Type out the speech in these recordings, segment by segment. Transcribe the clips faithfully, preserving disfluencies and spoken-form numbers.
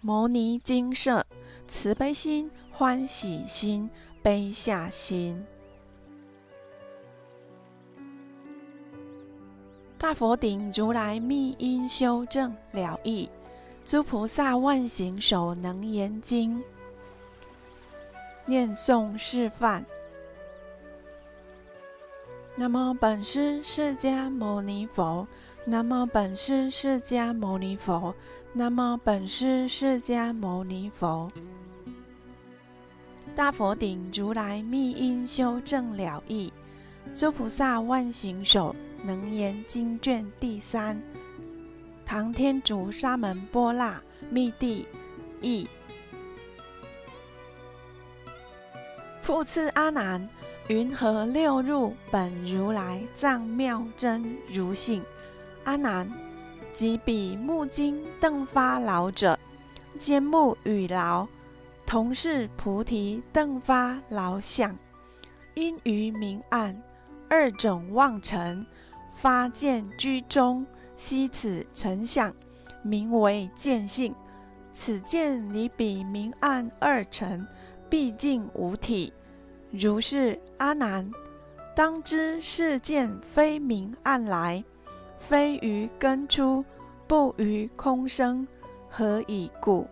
摩尼精舍，慈悲心、欢喜心、悲下心。大佛顶如来密因修正了义，诸菩萨万行首能言经。念诵示范。南无本师释迦牟尼佛，南无本师释迦牟尼佛，南无本师释迦牟尼佛。大佛顶如来密因修正了义，诸菩萨万行首能言经卷第三。唐天竺沙门波那密地译。复次阿难，云何六入本如来藏妙真如性？阿难，即彼目睛瞪发老者，坚目与劳，同是菩提瞪发劳相，因于明暗二种妄尘，发见居中，悉此尘相，名为见性。此见离彼明暗二尘，毕竟无体。如是阿难，当知是见非明暗来，非于根出，不于空生，何以故？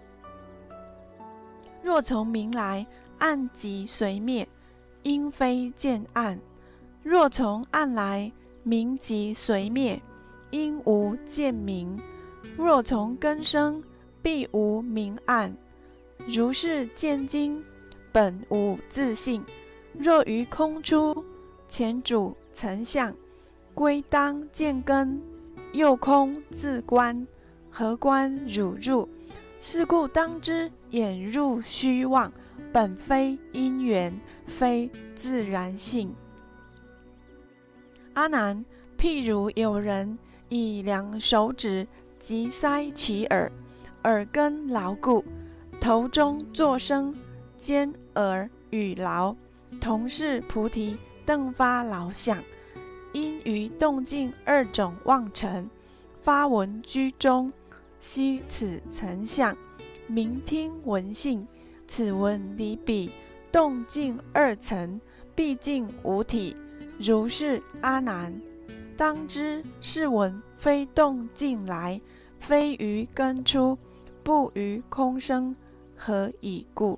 若从明来，暗即随灭，因非见暗；若从暗来，明即随灭，因无见明。若从根生，必无明暗。如是见经，本无自性。若于空出，前主尘相，归当见根，又空自观，何观汝入？是故当知眼入虚妄，本非因缘，非自然性。阿难，譬如有人以两手指击塞其耳，耳根牢固，头中作声，尖耳与劳，同是菩提瞪发劳相，因于动静二种妄尘，发闻居中，悉此尘相，名听闻性。此闻离彼动静二尘，毕竟无体。如是阿难，当知是闻非动静来，非于根出，不于空生，何以故？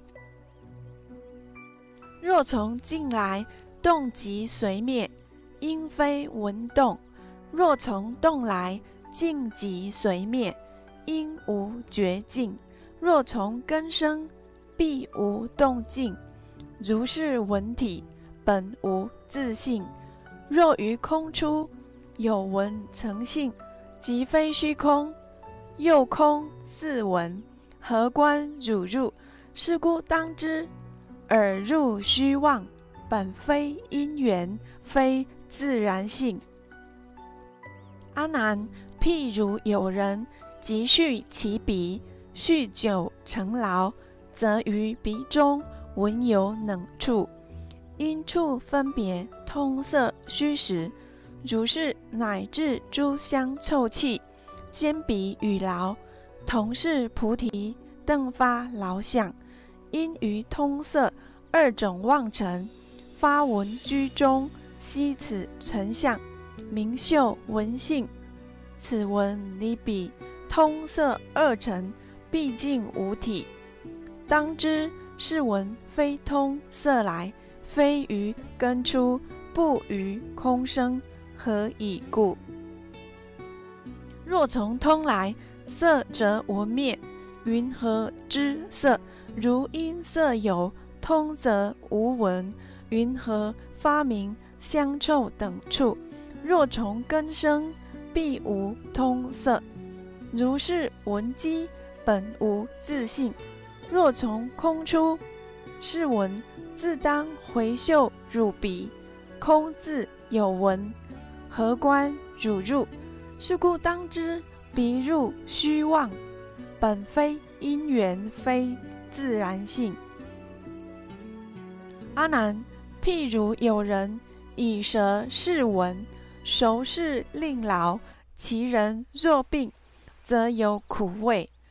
若从静来，动即随灭，因非闻动；若从动来，静即随灭，因无觉静。若从根生，必无动静。如是闻体，本无自性。若于空出，有闻成性，即非虚空，又空自闻，何观汝入？是故当知，耳入虚妄，本非因缘，非自然性。阿难，譬如有人即续其鼻，续久成劳，则于鼻中闻有冷处，因处分别通色虚实，如是乃至诸香臭气，坚鼻与劳，同是菩提瞪发劳相，因于通色二种妄尘，发闻居中，悉此尘相，名嗅闻性。此闻离彼通色二尘，毕竟无体。当知是闻非通色来，非于根出，不于空生，何以故？若从通来，色则闻灭，云何知色？如因色有，通则无闻，云何发明香臭等处？若从根生，必无通色。如是闻机，本无自性。若从空出，是闻自当回嗅汝鼻，空自有闻，何观汝入？是故当知鼻入虚妄，本非因缘，非自然性。阿难，譬如有人以舌试闻，熟视令劳，其人若病，则有苦味。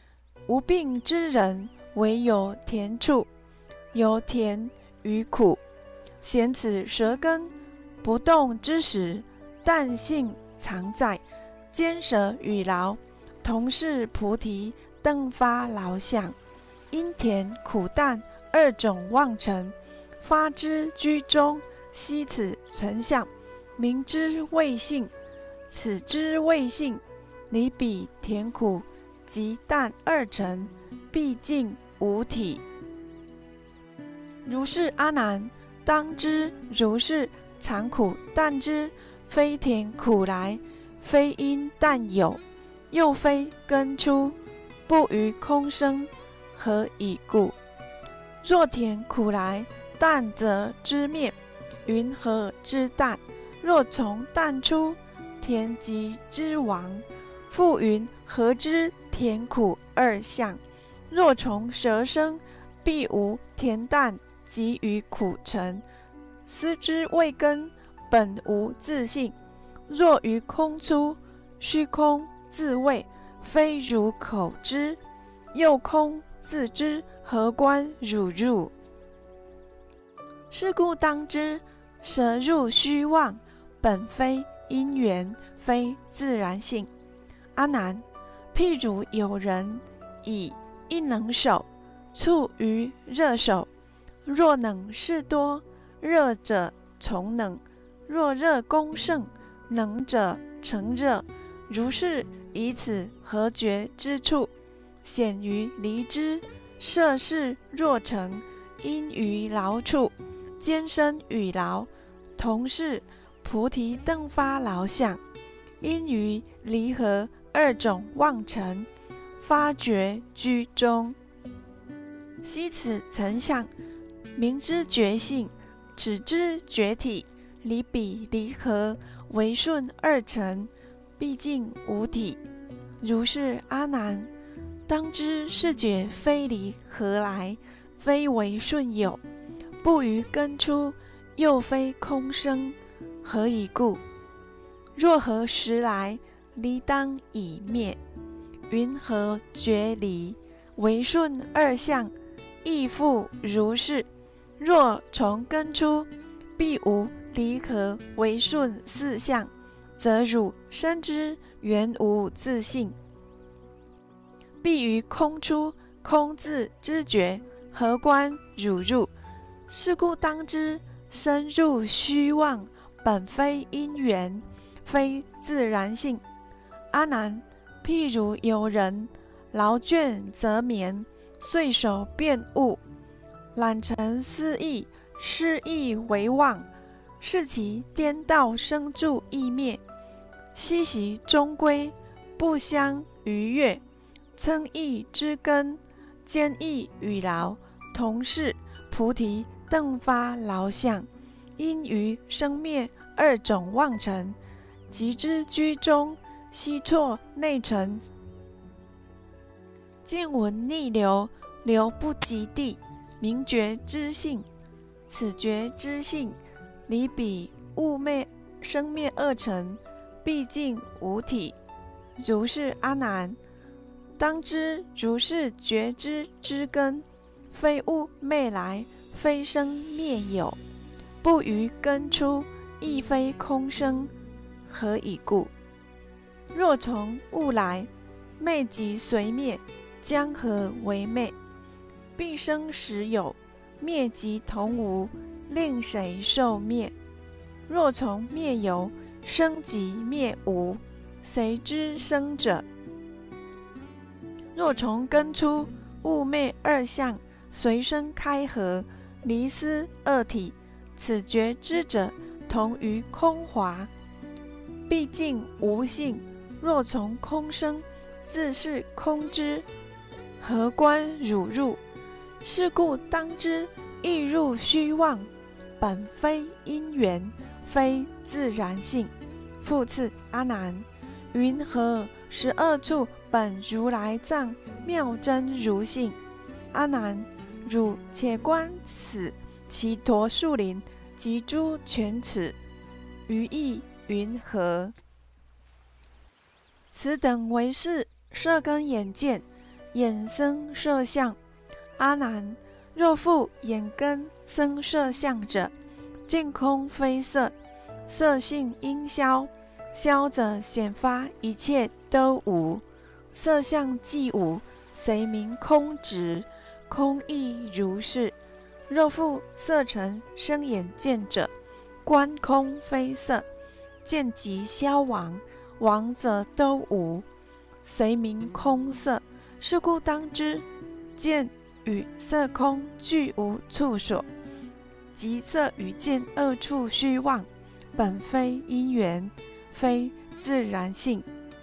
无病之人，唯有甜处，有甜与苦。咸此舌根不动之时，淡性常在。坚舌与劳，同是菩提登发劳相。因甜苦淡二种妄尘，发之居中，悉此成相。名之谓性，此之谓性，离彼甜苦及淡二尘，毕竟无体。如是阿难，当知如是常苦淡之，非甜苦来，非因淡有，又非根出，不于空生，何以故？若甜苦来，淡则知灭，云何知淡？若从淡出，甜即知亡。复云何知甜苦二相？若从舌生，必无甜淡及于苦尘。思之谓根，本无自性。若于空出，虚空自谓，非汝口知。又空自知，何关汝入？是故当知，舌入虚妄，本非因缘，非自然性。阿难，譬如有人以一冷手触于热手，若冷事多，热者从冷；若热功盛，冷者成热。如是以此合觉之处，显于离之。摄事若成，因于劳处，坚身与劳，同是菩提登发劳相。因于离合二种妄尘，发觉居中，悉此成相。明之觉性，此之觉体，离彼离合，为顺二尘，毕竟无体。如是阿难，当知是觉非离合来，非为顺有，不于根出，又非空生，何以故？若何时来，离当已灭。云何觉离？为顺二相，亦复如是。若从根出，必无离合为顺四相，则汝深知原无自性，必于空出，空自知觉，何关汝入？是故当知，深入虚妄，本非因缘，非自然性。阿难，譬如有人劳倦则眠，遂手便悟，懒沉思意，失意为妄，是其颠倒生住意灭，悉习终归，不相逾越。称意之根，坚毅与劳，同是菩提登发劳相。因于生灭二种妄尘，即之居中，悉错内尘。见闻逆流，流不及地，名觉之性。此觉之性，离彼物昧生灭二尘，毕竟无体。如是阿难，当知如是觉知之根，非物昧来，非生灭有，不于根出，亦非空生，何以故？若从物来，昧即随灭，将何为昧？必生时有，灭即同无，令谁受灭？若从灭有，生即灭无，谁知生者？若从根出，物昧二相，随生开合，离思二体，此觉知者，同于空华，毕竟无性。若从空生，自是空知，何关汝入？是故当知，亦入虚妄，本非因缘，非自然性。复次阿难，云何十二处本如来藏妙真如性？阿难，汝且观此其陀树林及诸犬齿，于意云何？此等为是，色根眼见， 眼生色相。阿难，若复眼根生色相者，尽空非色，色性应消，消者显发一切都无。色相既无，谁名空执？空亦如是。若复色尘生眼见者，观空非色，见即消亡，亡者都无，谁名空色？是故当知，见与色空俱无处所，即色与见二处虚妄，本非因缘，非自然性。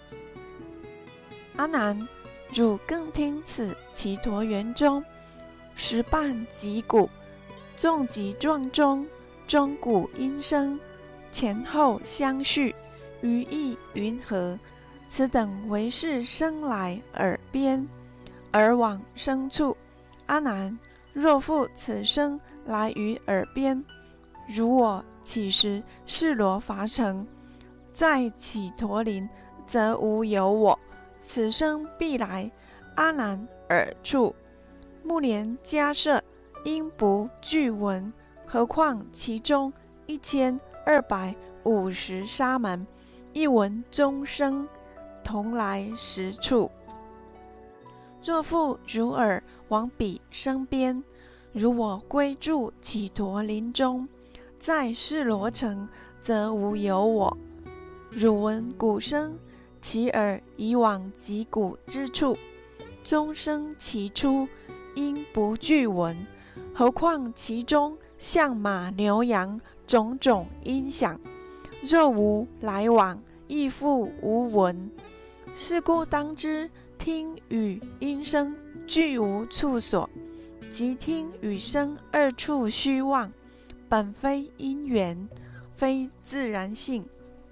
阿难，汝更听此祇陀园中十瓣击鼓，众击撞钟，钟鼓音声前后相续，于意云何？此等为是生来耳边，耳往生处。阿难，若复此声来于耳边，如我起时示罗伐城，在祇陀林，则无有我，此声必来阿难耳处。目连迦摄，因不具闻，何况其中一千二百五十沙门，一闻钟声，同来实处。若复汝耳往彼声边，如我归住祇陀林中，在示罗城，则无有我。汝闻鼓声，其耳以往击鼓之处，钟声其出，因不具闻，何况其中象马牛羊种种音响，若无来往，亦复无闻。是故当知，听与音声俱无处所，即听与声二处虚妄，本非因缘，非自然性。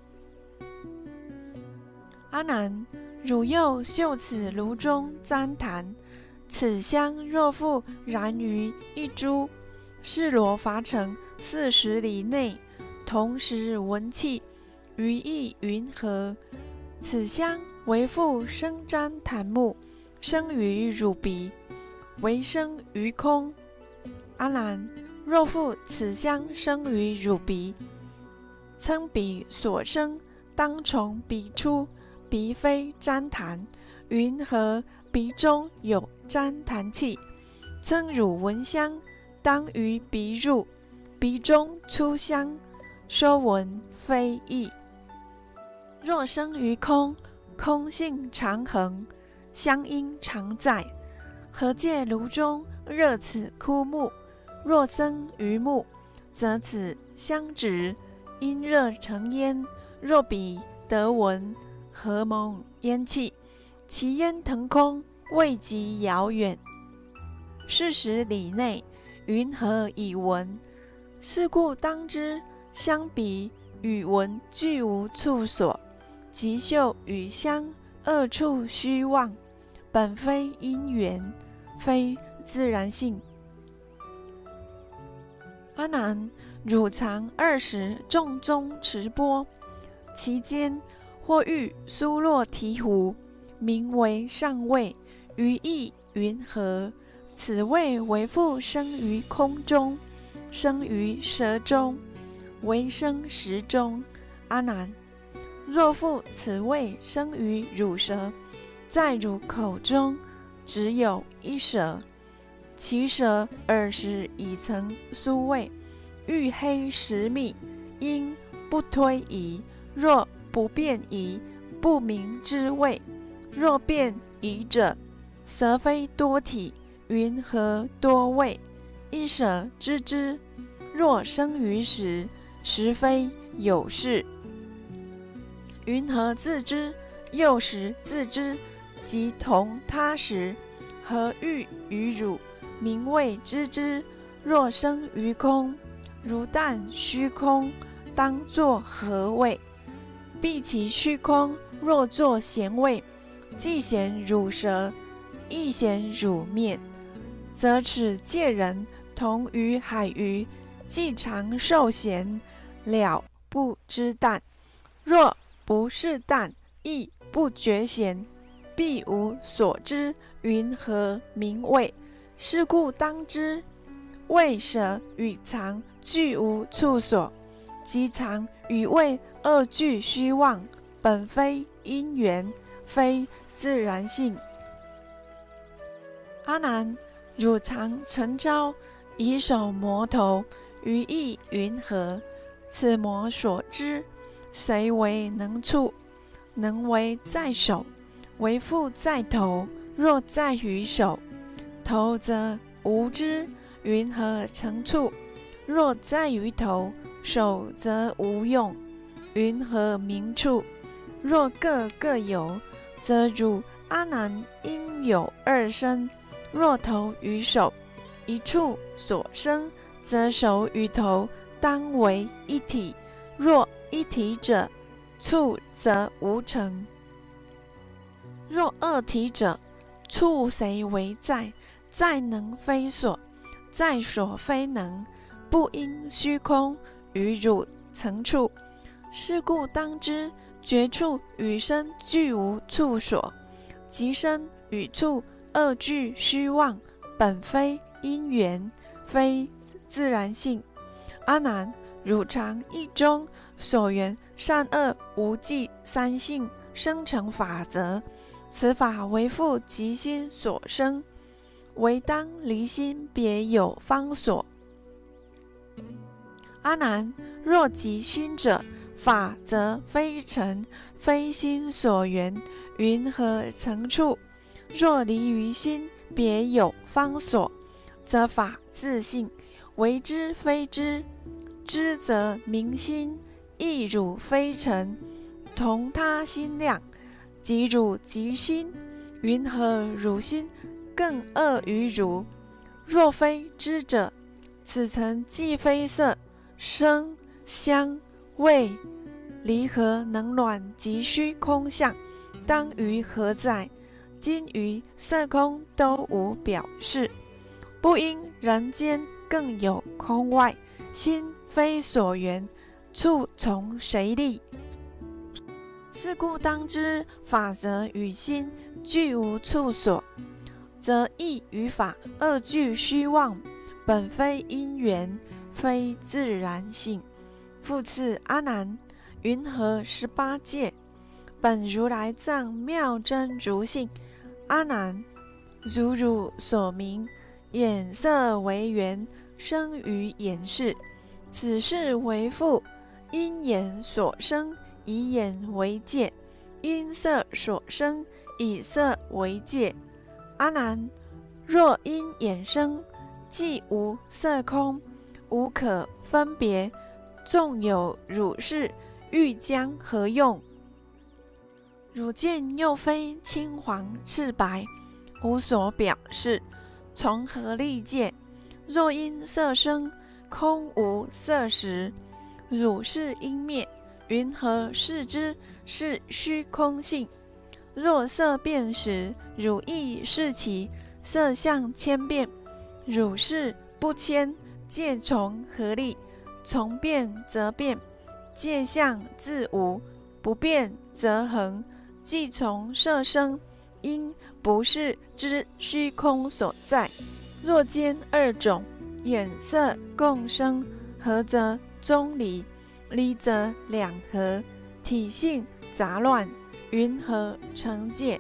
阿难，汝又嗅此炉中旃檀，此香若复燃于一株，示罗伐城四十里内，同时闻气，于意云何？此香为复生旃檀木，生于汝鼻，为生于空。阿难，若复此香生于汝鼻，称彼所生，当从鼻出，鼻非旃檀，云何鼻中有旃檀气？称汝闻香，当于鼻入，鼻中出香，说闻非义。若生于空，空性常恒，香应常在，何借炉中热此枯木？若生于木，则此香直，因热成烟。若彼得闻，何蒙烟气？其烟腾空，未及遥远，四十里内，云何以闻？是故当知，香鼻与闻俱无处所，即嗅与香二处虚妄，本非因缘，非自然性。阿难，汝尝二十众中持钵，其间或遇苏洛提壶，名为上位，于意云何？此味为复生于空中，生于舌中，为生食中。阿难，若复此味生于汝舌，在汝口中，只有一舌，其舌耳时已成酥味，欲黑实密，因不推移。若不变移，不明之味。若变移者，舌非多体，云何多味？一舌知之。若生于时，实非有事，云何自知？又时自知，即同他时，何欲于汝？名谓知之。若生于空，如但虚空，当作何味？必其虚空，若作咸味，既咸汝舌，亦咸汝面，则此界人同于海鱼，既常受咸，了不知淡。若不是淡，亦不觉咸， 必无所知，云何名谓？是故当知，味舍与常俱无处所，即常与味二俱虚妄，本非因缘，非自然性。阿难，汝常诚招，以手摩头，于意云何？此摩所知，谁为能触？能为在手，为复在头。若在于手，头则无知，云何成处？若在于头，手则无用，云何名处？若各各有，则汝阿难应有二身。若头与手一处所生，则手与头当为一体。若一体者，处则无成。若二体者，处谁为在？在能非所，在所非能，不因虚空与汝成处。是故当知，觉处与身俱无处所，即身与处二俱虚妄，本非因缘，非自然性。阿难，汝常意中所缘善恶无记三性生成法则，此法为复即心所生，唯当离心别有方所。阿难，若即心者，法则非成，非心所缘，云何成处？若离于心别有方所，则法自性，为之非知。知则明心，亦汝非成，同他心量。即汝即心，云何汝心更恶于汝？若非知者，此层既非色、声、香、味，离合能卵及虚空相，当于何在？今于色空都无表示，不因人间更有空外，心非所缘，处从谁立？是故当知，法则与心俱无处所，则意与法二俱虚妄，本非因缘，非自然性。复次，阿难，云何十八界？本如来藏妙真如性。阿难，如汝所明，眼色为缘，生于眼识，此事为父，因眼所生，以眼为界；因色所生，以色为界。阿难，若因眼生，既无色空，无可分别，纵有汝是，欲将何用？汝见又非青黄赤白，无所表示，从何立界？若因色生，空无色时，汝是因灭，云何视之？是虚空性。若色变时，汝亦视其色相千变，汝是不迁，界从何立？从变则变，界相自无，不变则恒。既从色生，因不是之虚空所在。若兼二种眼色共生，合则中离，离则两合，体性杂乱，云何成界？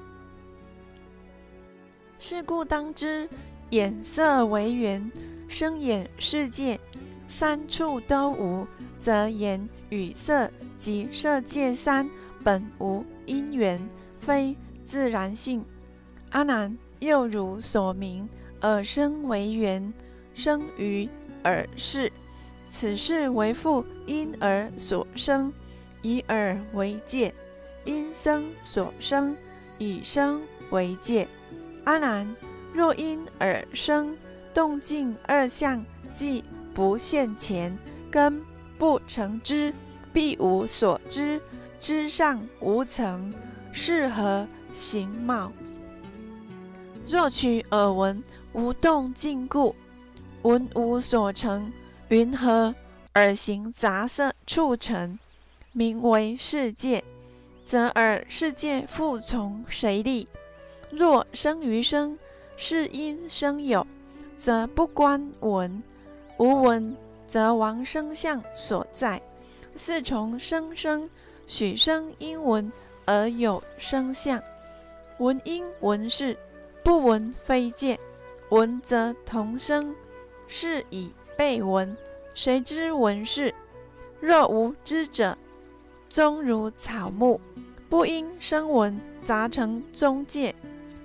是故当知，眼色为缘，生眼世界，三处都无，则眼与色及色界三本无因缘，非自然性。阿难，又如所明，耳生为缘，生于耳识，此事为复因耳所生，以耳为界；因声所生，以声为界。阿难，若因耳生，动静二相即不现前，根不成知，必无所知，知上无层，是何形貌？若取耳闻，无动静故，闻无所成，云何耳行杂色触成，名为世界？则耳世界复从谁立？ 若生于声，是因声有，则不关闻；无闻，则亡声相所在。四从声声，许声因闻而有声相。闻因闻事，不闻非见。闻则同声，是以被闻。谁知闻是？若无知者，终如草木，不因声闻杂成中介。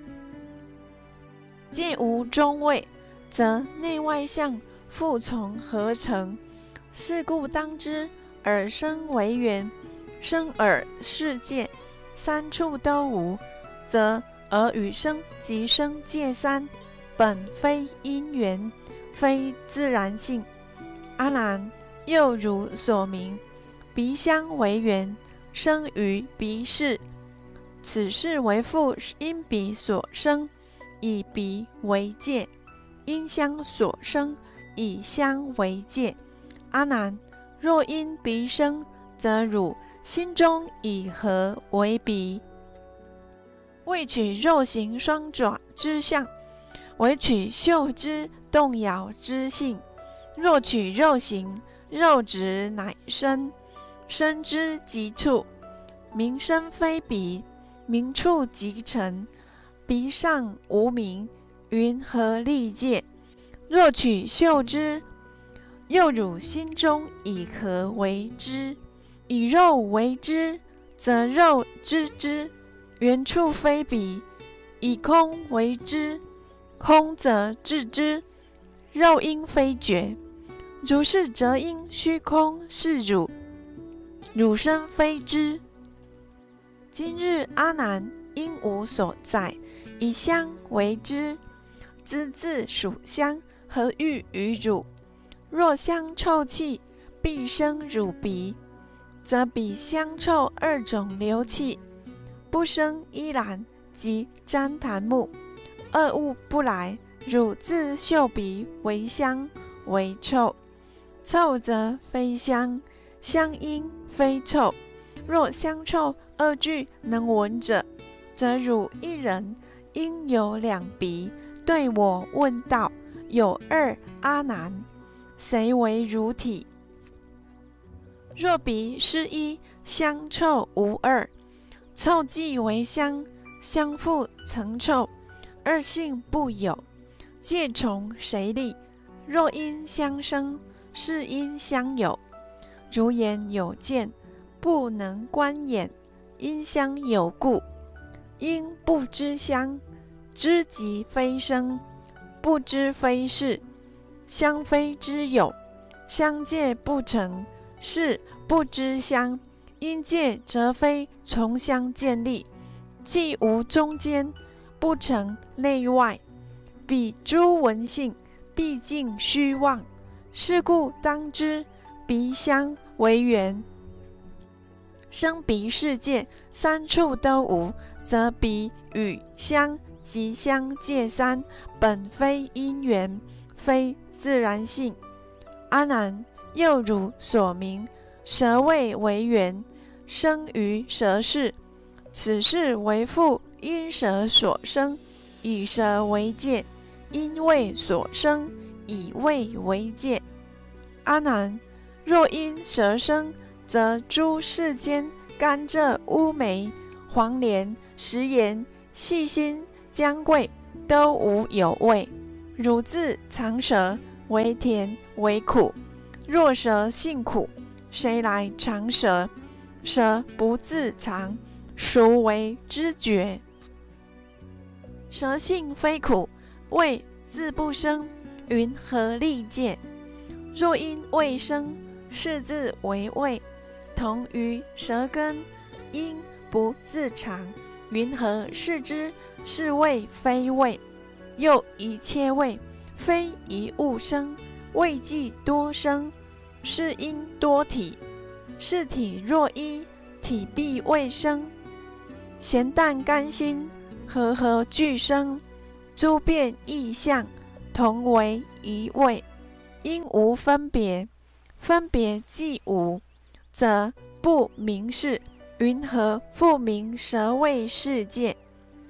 界无中位，则内外相复从合成。是故当知耳声为源，声耳世界三处都无，则耳与声及声界三本非因缘，非自然性。阿难，又如所明，鼻香为源，生于鼻识，此事为复因鼻所生，以鼻为界；因香所生，以香为界。阿难，若因鼻生，则汝心中以何为鼻？未取肉形双爪之相，唯取嗅之动摇之性。若取肉形，肉质乃身，身之极处，名身非鼻，名处即成。鼻上无名，云何立界？若取嗅之，又汝心中以何为之？以肉为之，则肉知之，原处非鼻；以空为之，空则知之，肉因非觉。如是则因虚空是汝，汝身非知。今日阿难因无所在，以香为之，兹自属香，何欲于汝？若香臭气，必生汝鼻，则彼香臭二种流气，不生依然及旃檀木，二物不来，汝自嗅鼻为香为臭。臭则非香，香因非臭。若香臭二句能闻者，则汝一人应有两鼻。对我问道：有二阿难，谁为汝体？若鼻是一，香臭无二，臭既为香，香复曾臭，二性不有，界从谁立？若因香生，是因香有。如眼有见，不能观眼，因香有故。因不知香，知即非生，不知非是。香非知有，香界不成，是不知香。因界则非从香建立，既无中间，不成内外。彼诸闻性，毕竟虚妄。是故当知，鼻香为源，生鼻世界三处都无，则鼻与香及香界三本非因缘，非自然性。阿难，又如所明，舌味为源，生于舌识，此事为复因舌所生，以舌为界；因味所生，以味为界。阿难，若因舌生，则诸世间甘蔗、乌梅、黄连、食盐、细辛、姜桂都无有味。汝自尝舌，为甜为苦。若舌性苦，谁来尝舌？舌不自尝，孰为知觉？舌性非苦，味自不生，云何立界？若因味生，是自为味，同于舌根，因不自尝，云何视之？是味非味。又一切味，非一物生，味既多生，是因多体。是体若一，体必未生。咸淡甘辛，和合俱生，诸变异相，同为一味。因无分别，分别既无，则不明是。云何复明舌味世界？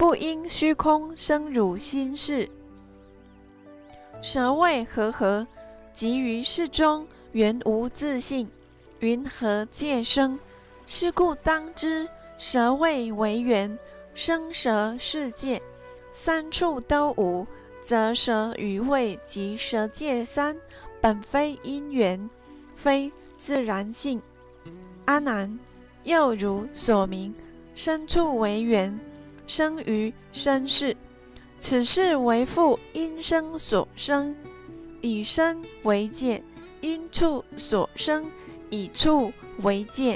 不因虚空生汝心事。舌味和合，即于事中原无自性，云何界生？是故当知，舌味为缘，生舌世界，三处都无，则舌与味及舌界三，本非因缘，非自然性。阿难，又如所明，身处为缘，生于身世，此事为复因生所生，以身为界；因处所生，以处为界。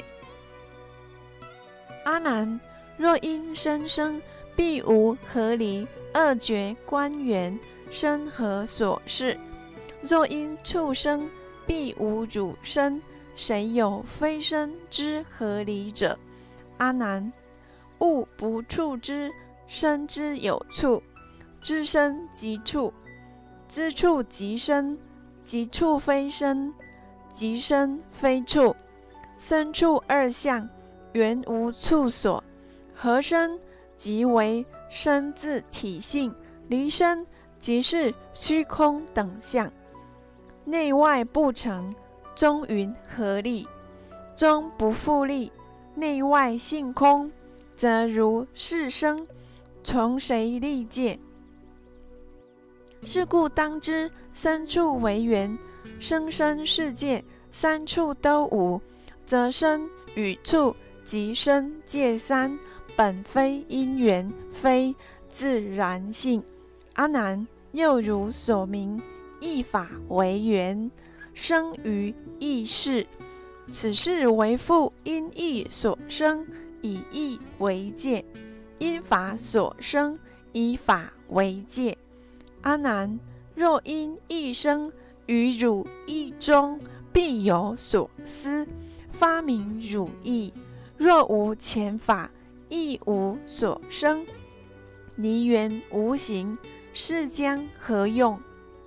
阿难，若因身生，必无合离二觉观缘，生何所事？若因处生，必无汝身，谁有非身之合离者？阿难，物不处之，身之有处，知身即处，知处即身，即处非身，即身非处，身处二相，原无处所。合身即为身自体性，离身即是虚空等相，内外不成，中云合力？中不复力，内外性空，则如是生，从谁立界？是故当知，三处为缘，生身世界三处都无，则身与处及身界三，本非因缘，非自然性。阿难，又如所明，一法为缘，生于意识，此事为复因意所生，以意为界；因法所生，以法为界。阿难，若因意生，于汝意中必有所思，发明汝意；若无前法，亦无所生，离缘无形，是将何用？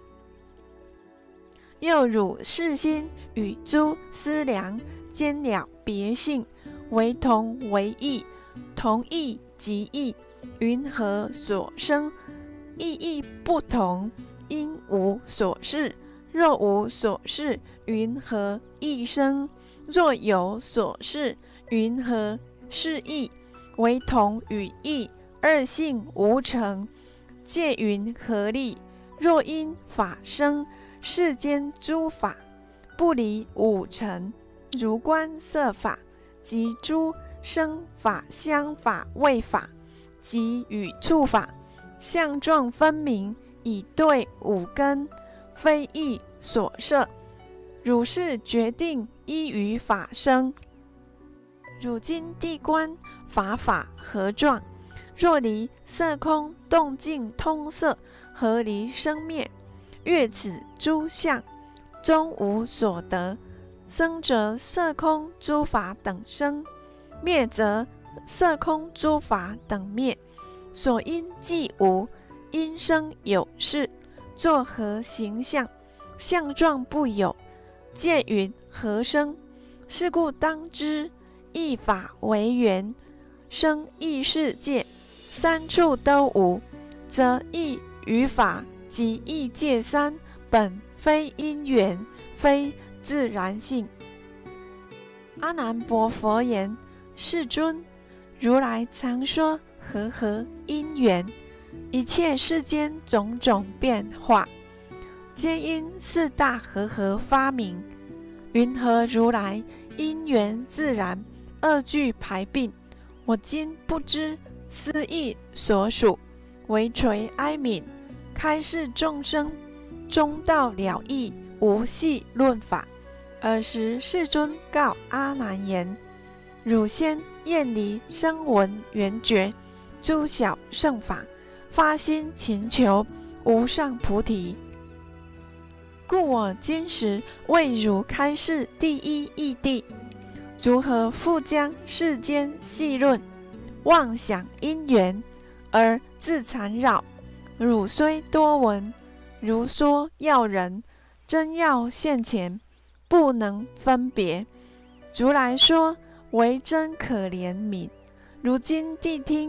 又汝是心与诸思量兼了别性，为同为异，同异即异，云何所生？意义不同，因无所事。若无所事，云何异生？若有所事，云何是异？为同与异，二性无成，界云何立？若因法生，世间诸法不离五尘，如观色法及诸生法、相法、味法及与触法，相状分明，以对五根，非意所摄。汝是决定依于法生。汝今谛观法法合状，若离色空动静通色，何离生灭？越此诸相，终无所得。生则色空诸法等生，灭则色空诸法等灭。所因既无，因生有事，作何形象？相状不有，界云何生？是故当知，一法为缘，生异世界，三处都无，则异与法及异界三，本非因缘，非自然性。阿难薄佛言：世尊，如来常说和合因缘，一切世间种种变化，皆因四大和合发明。云何如来因缘自然，二句排并？我今不知思义所属，唯垂哀悯，开示众生，中道了义，无系论法。尔时世尊告阿难言：汝先厌离声闻缘觉诸小圣法，发心勤求无上菩提。故我今时为汝开示第一义谛，如何复将世间细论，妄想因缘而自缠绕？汝虽多闻，如说要人，真要现前，不能分别。如来说为真可怜悯，如今谛听，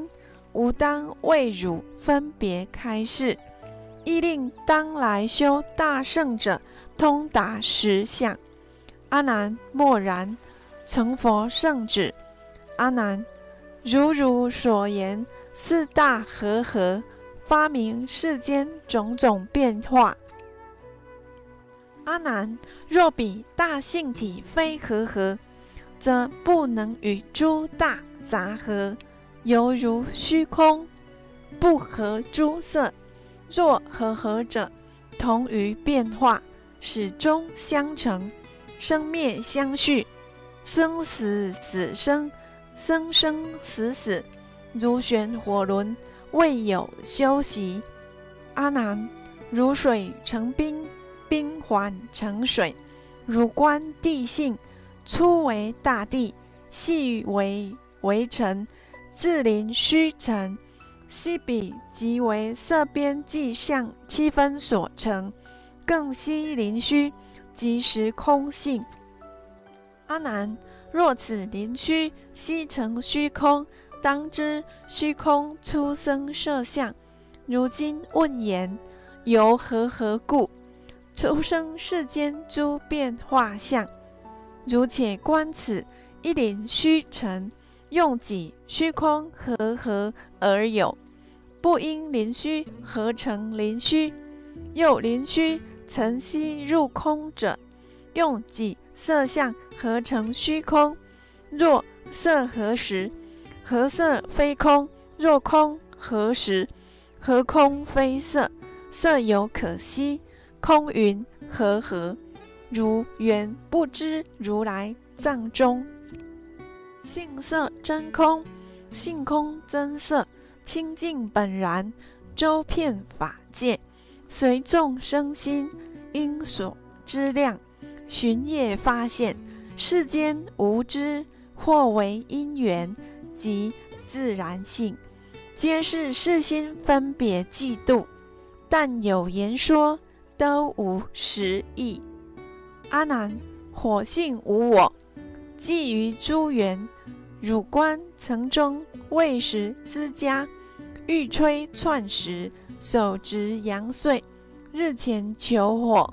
吾当为汝分别开示，亦令当来修大圣者通达实相。阿难，默然。成佛圣旨。阿难，如汝所言，四大和合，发明世间种种变化。阿难，若彼大性体非和合，则不能与诸大杂合，犹如虚空，不合诸色。若和合者，同于变化，始终相成，生灭相续，生死死生，生生死死，如旋火轮，未有休息。阿难，如水成冰，冰缓成水，汝观地性，粗为大地，细为微尘，至临虚尘。悉彼即为色边迹象七分所成，更悉临虚，即实空性。阿难，若此临虚悉成虚空，当知虚空初生色相。如今问言，由何何故出生世间诸变化相？如且观此一临虚尘，用己虚空和合而有，不因临虚合成临虚。又临虚曾悉入空者，用己色相合成虚空。若色合时，合色非空；若空合时，合空非色。色有可惜，空云和合，如缘不知如来藏中。性色真空，性空真色，清净本然，周遍法界，随众生心，因所知量，寻业发现，世间无知，或为因缘，即自然性，皆是世心分别嫉妒，但有言说，都无实义。阿难，火性无我，寄于诸缘，汝观城中未食之家，欲吹窜时，手执阳穗，日前求火。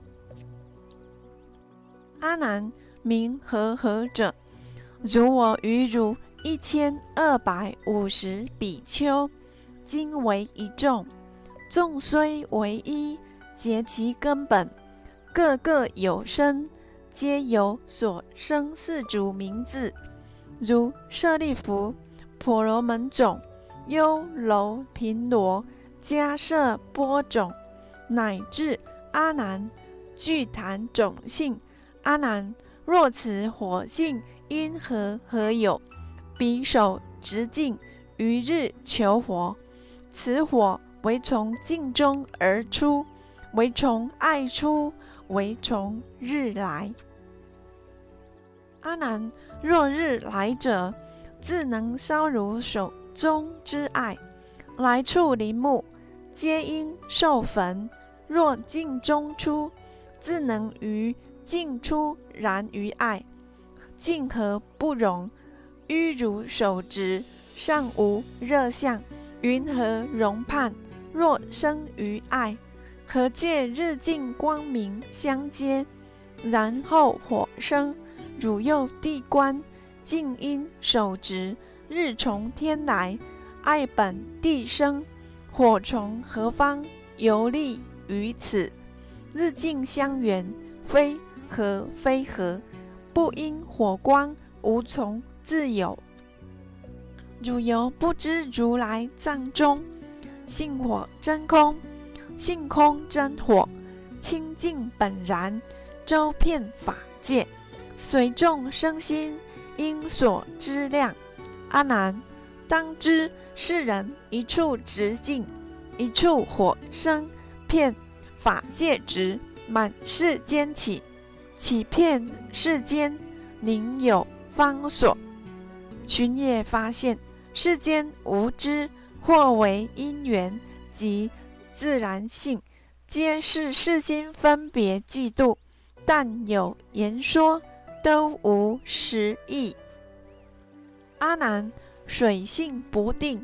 阿难，名和合者，如我于汝一千二百五十比丘，今为一众，众虽为一，结其根本，各个有生，皆有所生四族名字，如舍利弗、婆罗门种、优楼频罗、迦摄波种，乃至阿难，具谈种性。阿难，若此火性因何何有？彼手执镜，于日求火，此火为从镜中而出，为从爱出，为从日来。阿难，若日来者，自能烧如手中之爱，来处林木，皆应受焚。若镜中出，自能于镜出燃于爱，镜何不容？欲如手执，尚无热相，云何容判？若生于爱，何借日镜光明相接？然后火生，汝又地观，镜因手执，日从天来，爱本地生，火从何方游历于此？日镜相缘，非合非合，不因火光，无从自有。汝犹不知如来藏中，性火真空，性空真火，清净本然，周遍法界，随众生心，因所知量。阿难，当知世人一处直径，一处火生，遍法界直，满世间起，起遍世间，宁有方所？寻业发现，世间无知，或为因缘，即自然性，皆是世心分别嫉妒，但有言说，都无实义。阿难，水性不定，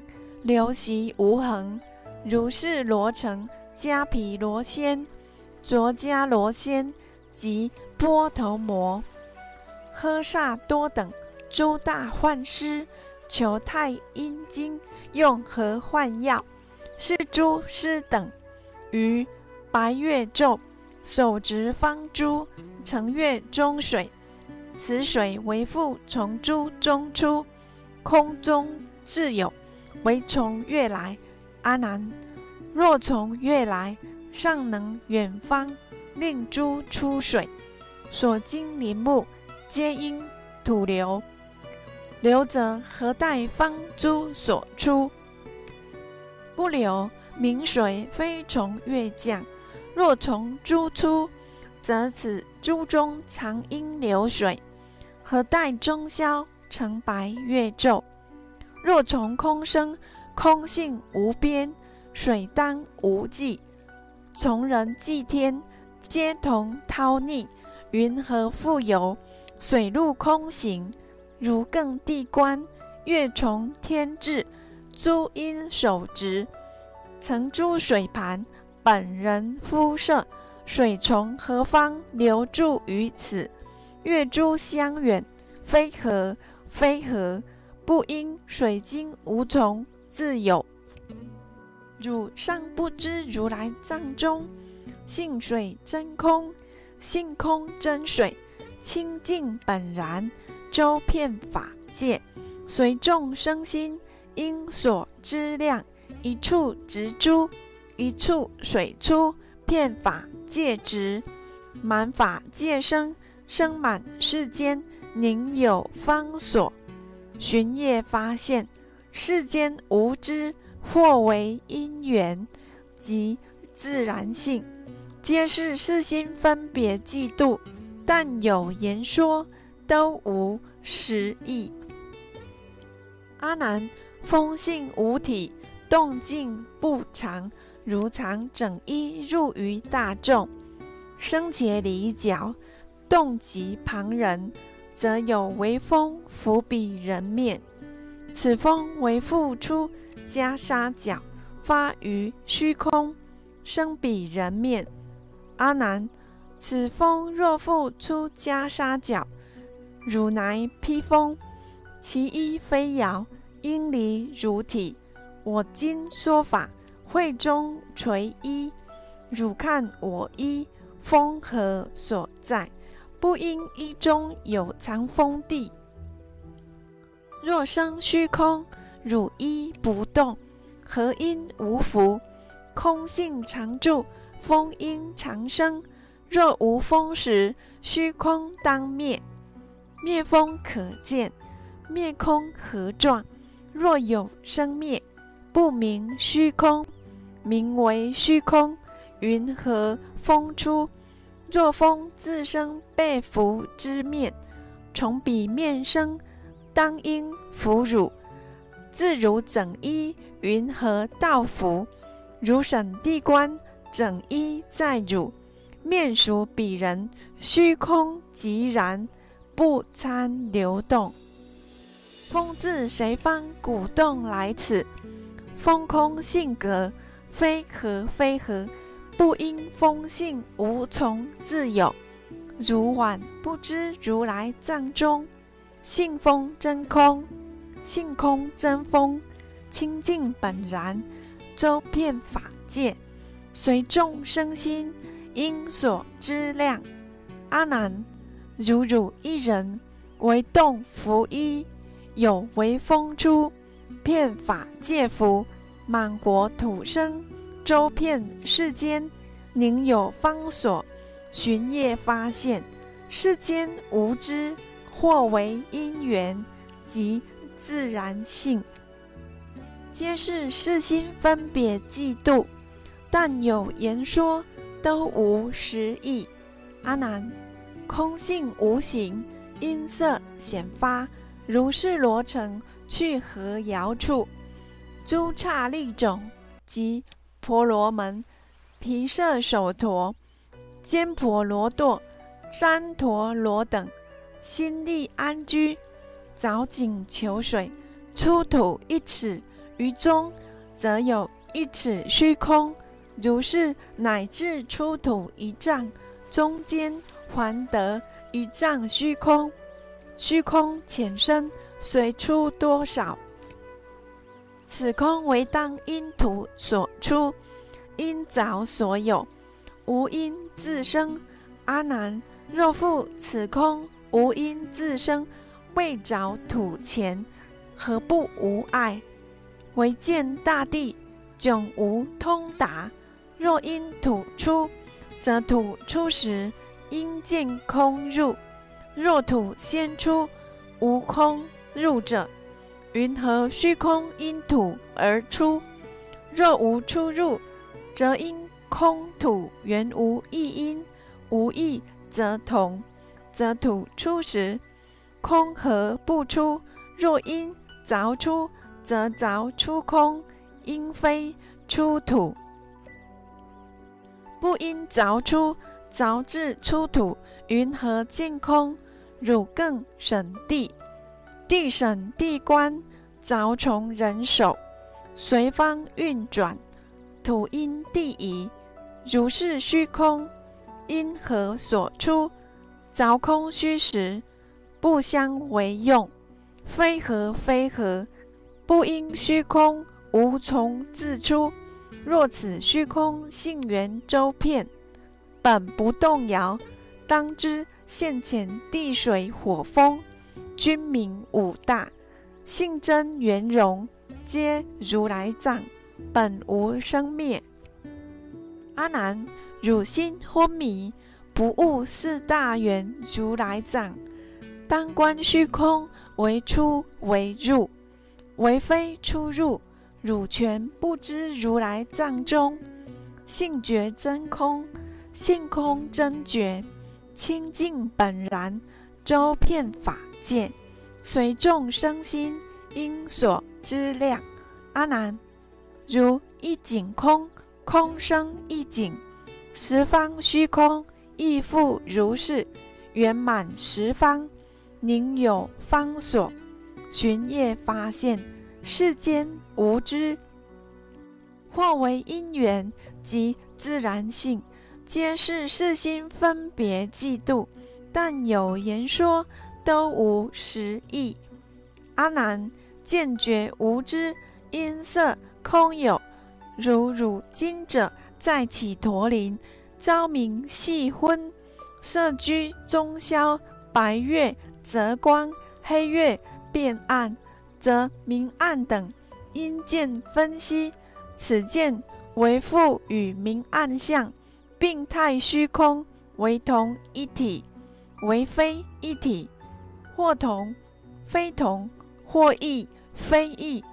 流习无恒。如是罗城、迦毗罗仙、卓迦罗仙及波头摩、诃萨多等诸大幻师，求太阴经用何幻药？是诸师等于白月昼，手执方珠，乘月中水，此水为复从珠中出，空中自有，唯从月来。阿难，若从月来，尚能远方令珠出水，所经林木皆因土流，流则何待方珠所出？不流，明水非从月降。若从珠出，则此珠中常因流水，何待中宵成白月昼？若从空生，空性无边，水当无际，从人祭天，皆同涛逆，云何复游？水陆空行，如更地观，月从天至，珠因手执，曾珠水盘，本人肤色，水从何方流注于此？月珠相远，非何非何，不因水晶无从自有。汝尚不知如来藏中性水真空，性空真水，清净本然，周遍法界，随众生心因所知量，一处直珠，一处水出，遍法界直，满法界生，生满世间，宁有方所？寻业发现，世间无知，或为因缘及自然性，皆是世心分别嫉妒，但有言说，都无实义。阿难，风性无体，动静不常，如常整衣入于大众，生且离角，动及旁人，则有微风拂彼人面。此风为复出袈裟角，发于虚空，生彼人面。阿难，此风若复出袈裟角，汝乃披风，其衣非摇，应离汝体。我今说法，会中垂衣，汝看我衣，风何所在？不因衣中有藏风地。若生虚空，汝衣不动，何因无福？空性常住，风应常生。若无风时，虚空当灭。灭风可见，灭空何状？若有生灭，不名虚空，名为虚空，云何风出？若风自生被伏之面，从彼面生，当应伏汝。自汝整衣，云何道服？如审地观，整衣在汝，面属彼人，虚空即然，不参流动。风自谁方鼓动来此？风空性格，非何非何，不因风性无从自有。汝宛不知如来藏中，性风真空，性空真风，清净本然，周遍法界，随众生心因所知量。阿难，如汝一人，为动拂衣，有为风出，遍法界伏，满国土生，周遍世间，宁有方所？寻业发现，世间无知，或为因缘及自然性，皆是世心分别嫉妒，但有言说，都无实义。阿难，空性无形，音色显发，如是罗城，去何遥处？诸刹利种及婆罗门、毗舍首陀、坚婆罗堕、旃陀罗等，心地安居，凿井求水，出土一尺， 于中则有一尺虚空，如是乃至出土一丈，中间还得一丈虚空。虚空浅深，随出多少？此空为当因土所出，因凿所有，无因自生。阿难，若复此空无因自生，未着土前，何不无碍？唯见大地迥无通达。若因土出，则土出时应见空入；若土先出，无空入者，云何虚空因土而出？若无出入，则因空土原无异因，无异则同，则土出时，空何不出？若因凿出，则凿出空，因非出土。不因凿出，凿至出土，云何见空？汝更审地，地审地观，凿从人手，随方运转，土因地移，如是虚空，因何所出？凿空虚实，不相为用，非合非合，不因虚空无从自出。若此虚空性缘周遍，本不动摇，当知现前地水火风，均名五大，性真圆融，皆如来藏，本无生灭。阿难，汝心昏迷，不悟四大圆如来藏，当观虚空为出为入，为非出入。汝全不知如来藏中，性觉真空，性空真觉，清净本然，周遍法界，随众生心因所知量。阿难，如一景空，空生一景，十方虚空亦复如是，圆满十方，宁有方所？寻业发现，世间无知，或为因缘及自然性，皆是世心分别嫉妒，但有言说，都无实义。阿难，见觉无知，音色空有，如汝今者在祇陀林，朝明夕昏，色居中宵，白月则光，黑月变暗，则明暗等因见分析，此见为复与明暗相，病态虚空为同一体，为非一体，或同非同，或异非异。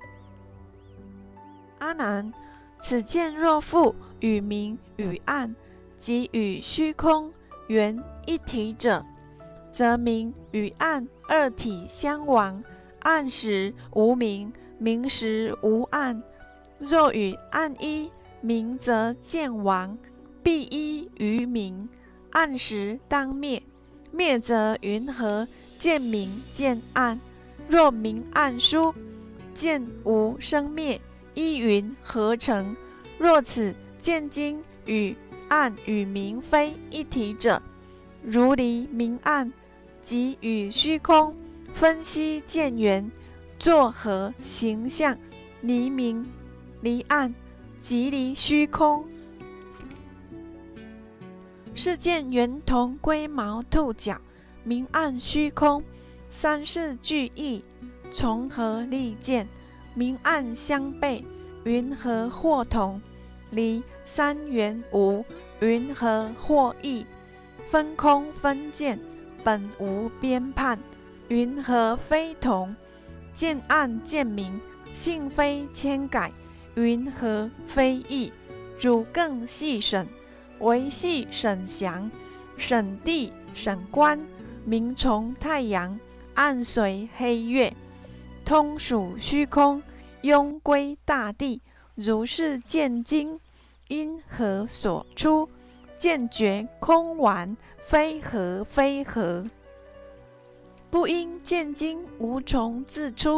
阿难，此见若复与明与暗，即与虚空原一体者，则明与暗二体相亡，暗时无明，明时无暗。若与暗一，明则见亡，必依于明，暗时当灭，灭则云何见明见暗？若明暗殊，见无生灭，依云何成？若此见经与暗与明非一体者，如离明暗，即与虚空分析见缘，作何形象？离明离暗，即离虚空。是见圆同龟毛兔角，明暗虚空，三世俱异，从何立见？明暗相悖，云何或同？离三元无，云何或异？分空分见，本无边判，云何非同？见暗见明，性非千改，云何非异？汝更细审，唯细审详，审地审观，明从太阳，暗随黑月，通属虚空，庸归大地。如是见经，因何所出？见觉空顽，非合非合。不因见经无从自出，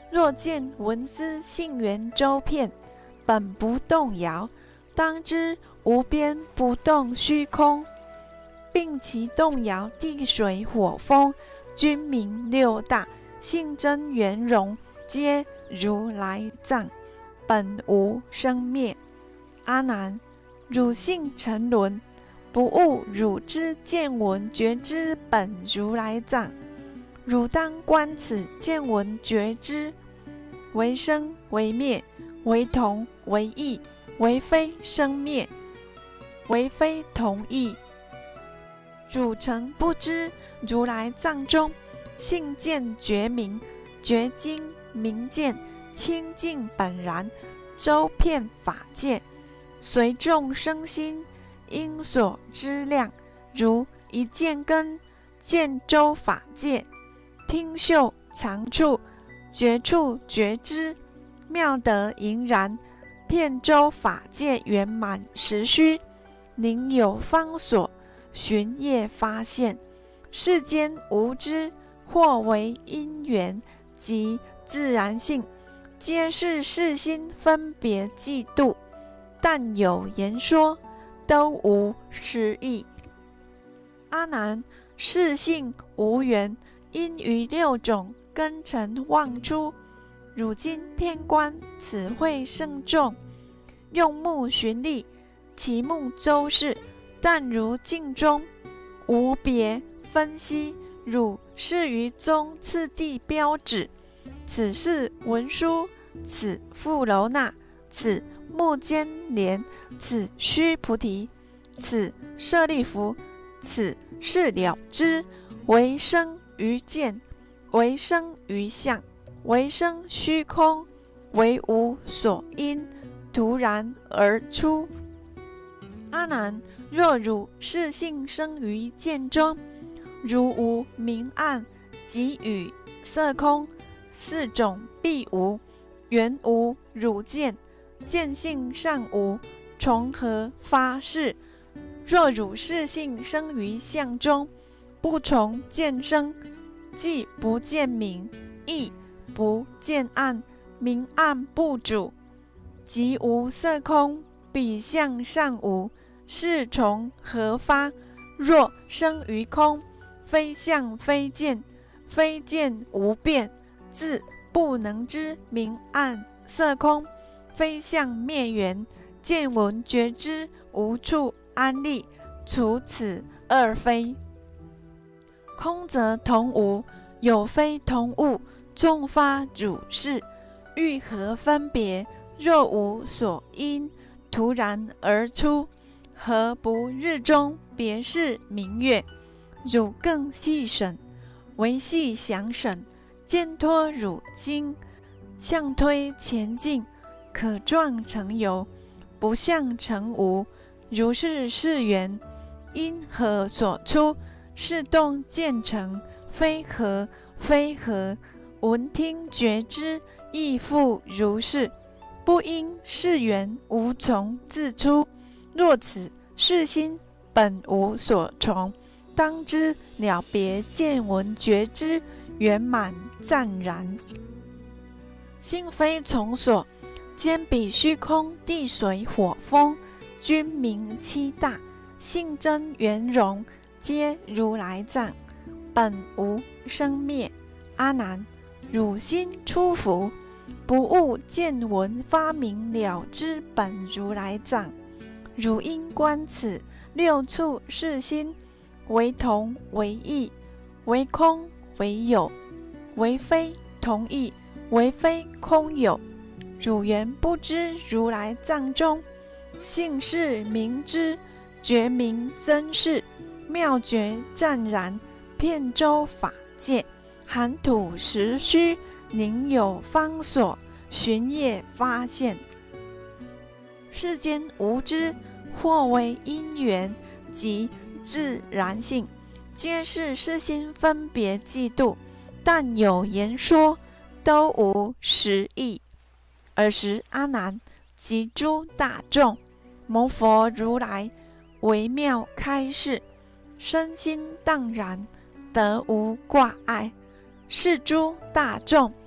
若见闻之性圆周遍，本不动摇，当知无边不动虚空，并其动摇地水火风，均名六大，性真圆融，皆如来藏，本无生灭。阿难，汝性沉沦，不悟汝之见闻觉知本如来藏，汝当观此见闻觉知，为生为灭，为同为异，为非生灭，为非同异。汝诚不知如来藏中性见觉明，觉精明见，清净本然，周遍法界，随众生心因所知量，如一见根，见周法界，听嗅常处，觉处觉知，妙德盈然，遍周法界圆满实虚，宁有方所，寻业发现。世间无知，或为因缘及自然性，皆是世心分别嫉妒，但有言说，都无实义。阿难，世性无缘，因于六种根尘妄出。汝今遍观此会圣众，用目寻历，其目周视，但如镜中，无别分析。汝是于宗次第标指，此是文殊，此富楼那，此目犍连，此须菩提，此舍利弗，此是了知，为生于见，为生于相，为生虚空，为无所因，突然而出。阿难，若汝是性生于见中，如无明暗及语色空四种必无，原无汝见，见性尚无，从何发誓？若汝是性生于相中，不从见生，既不见明，亦不见暗，明暗不主，即无色空，彼相尚无，是从何发？若生于空，非相非见，非见无变，自不能知明暗色空，非相灭缘，见闻觉知无处安立，除此二非。空则同无，有非同物，众发汝是，欲何分别？若无所因，突然而出，何不日中别是明月？汝更细审，唯细详审，见脱汝经，向推前进，可状成有，不相成无。如是是缘，因何所出？是动见成，非何非何？闻听觉知，亦复如是。不因是缘，无从自出。若此是心本无所从，当知了别见闻觉知圆满湛然。心非从所，兼比虚空地水火风，均名七大，性真圆融，皆如来藏，本无生灭。阿难，汝心出伏，不悟见闻发明了知本如来藏，汝应观此六处是心，为同为异，为空为有，为非同异，为非空有。汝原不知如来藏中性是明知，觉明真是，妙觉湛然，遍周法界，含土实虚，宁有方所，寻业发现。世间无知，或为因缘及自然性，皆是世心分别嫉妒，但有言说，都无实义。尔时阿难及诸大众，蒙佛如来微妙开示，身心荡然，得无挂碍。是诸大众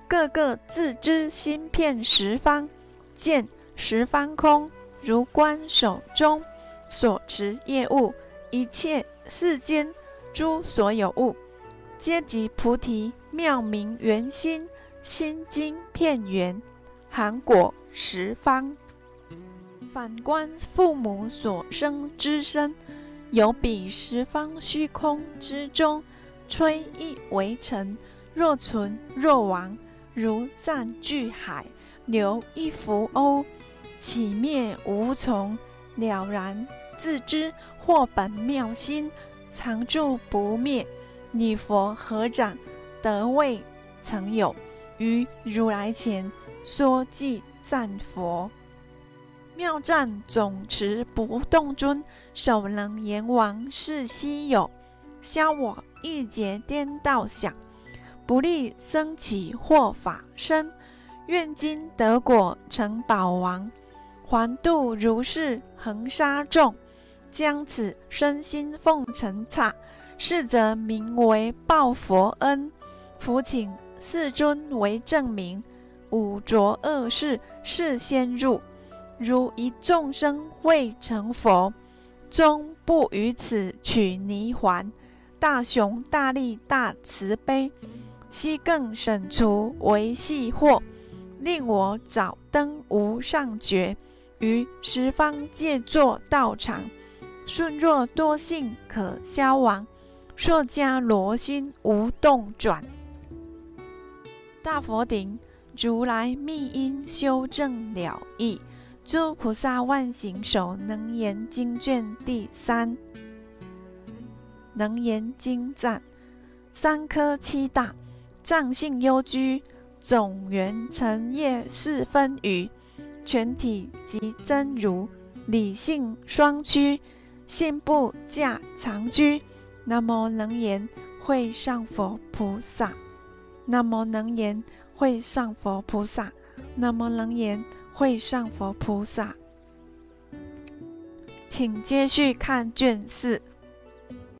个个自知心遍十方，见十方空，如观手中所持业物，一切世间诸所有物，皆即菩提妙明圆心，心经遍圆，含果十方。反观父母所生之身，有彼十方虚空之中，吹一为尘，若存若亡，如暂巨海，流一浮欧，起灭无从，了然自知，或本妙心，常住不灭。女佛合掌，得未曾有，于如来前说偈赞佛。妙赞总持不动尊，首能阎王是稀有，消我一劫颠倒想，不利生起或法身，愿今得果成宝王，还度如是恒沙众，将此身心奉承刹，是则名为报佛恩。伏请世尊为证明，五浊恶世是先入，如一众生未成佛，终不于此取泥还。大雄大力大慈悲，悉更审除为细惑，令我早登无上觉，于十方界作道场，顺若多性可消亡，硕迦罗心无动转。大佛顶，如来密因修正了义。诸菩萨万行首能言经卷第三。能言经赞：三科七大，藏性幽居，总缘成业四分余，全体即真如，理性双趋，性不驾常居。南无能言会上佛菩萨，南无能言会上佛菩萨，南无能言会上佛菩萨。请接续看卷四。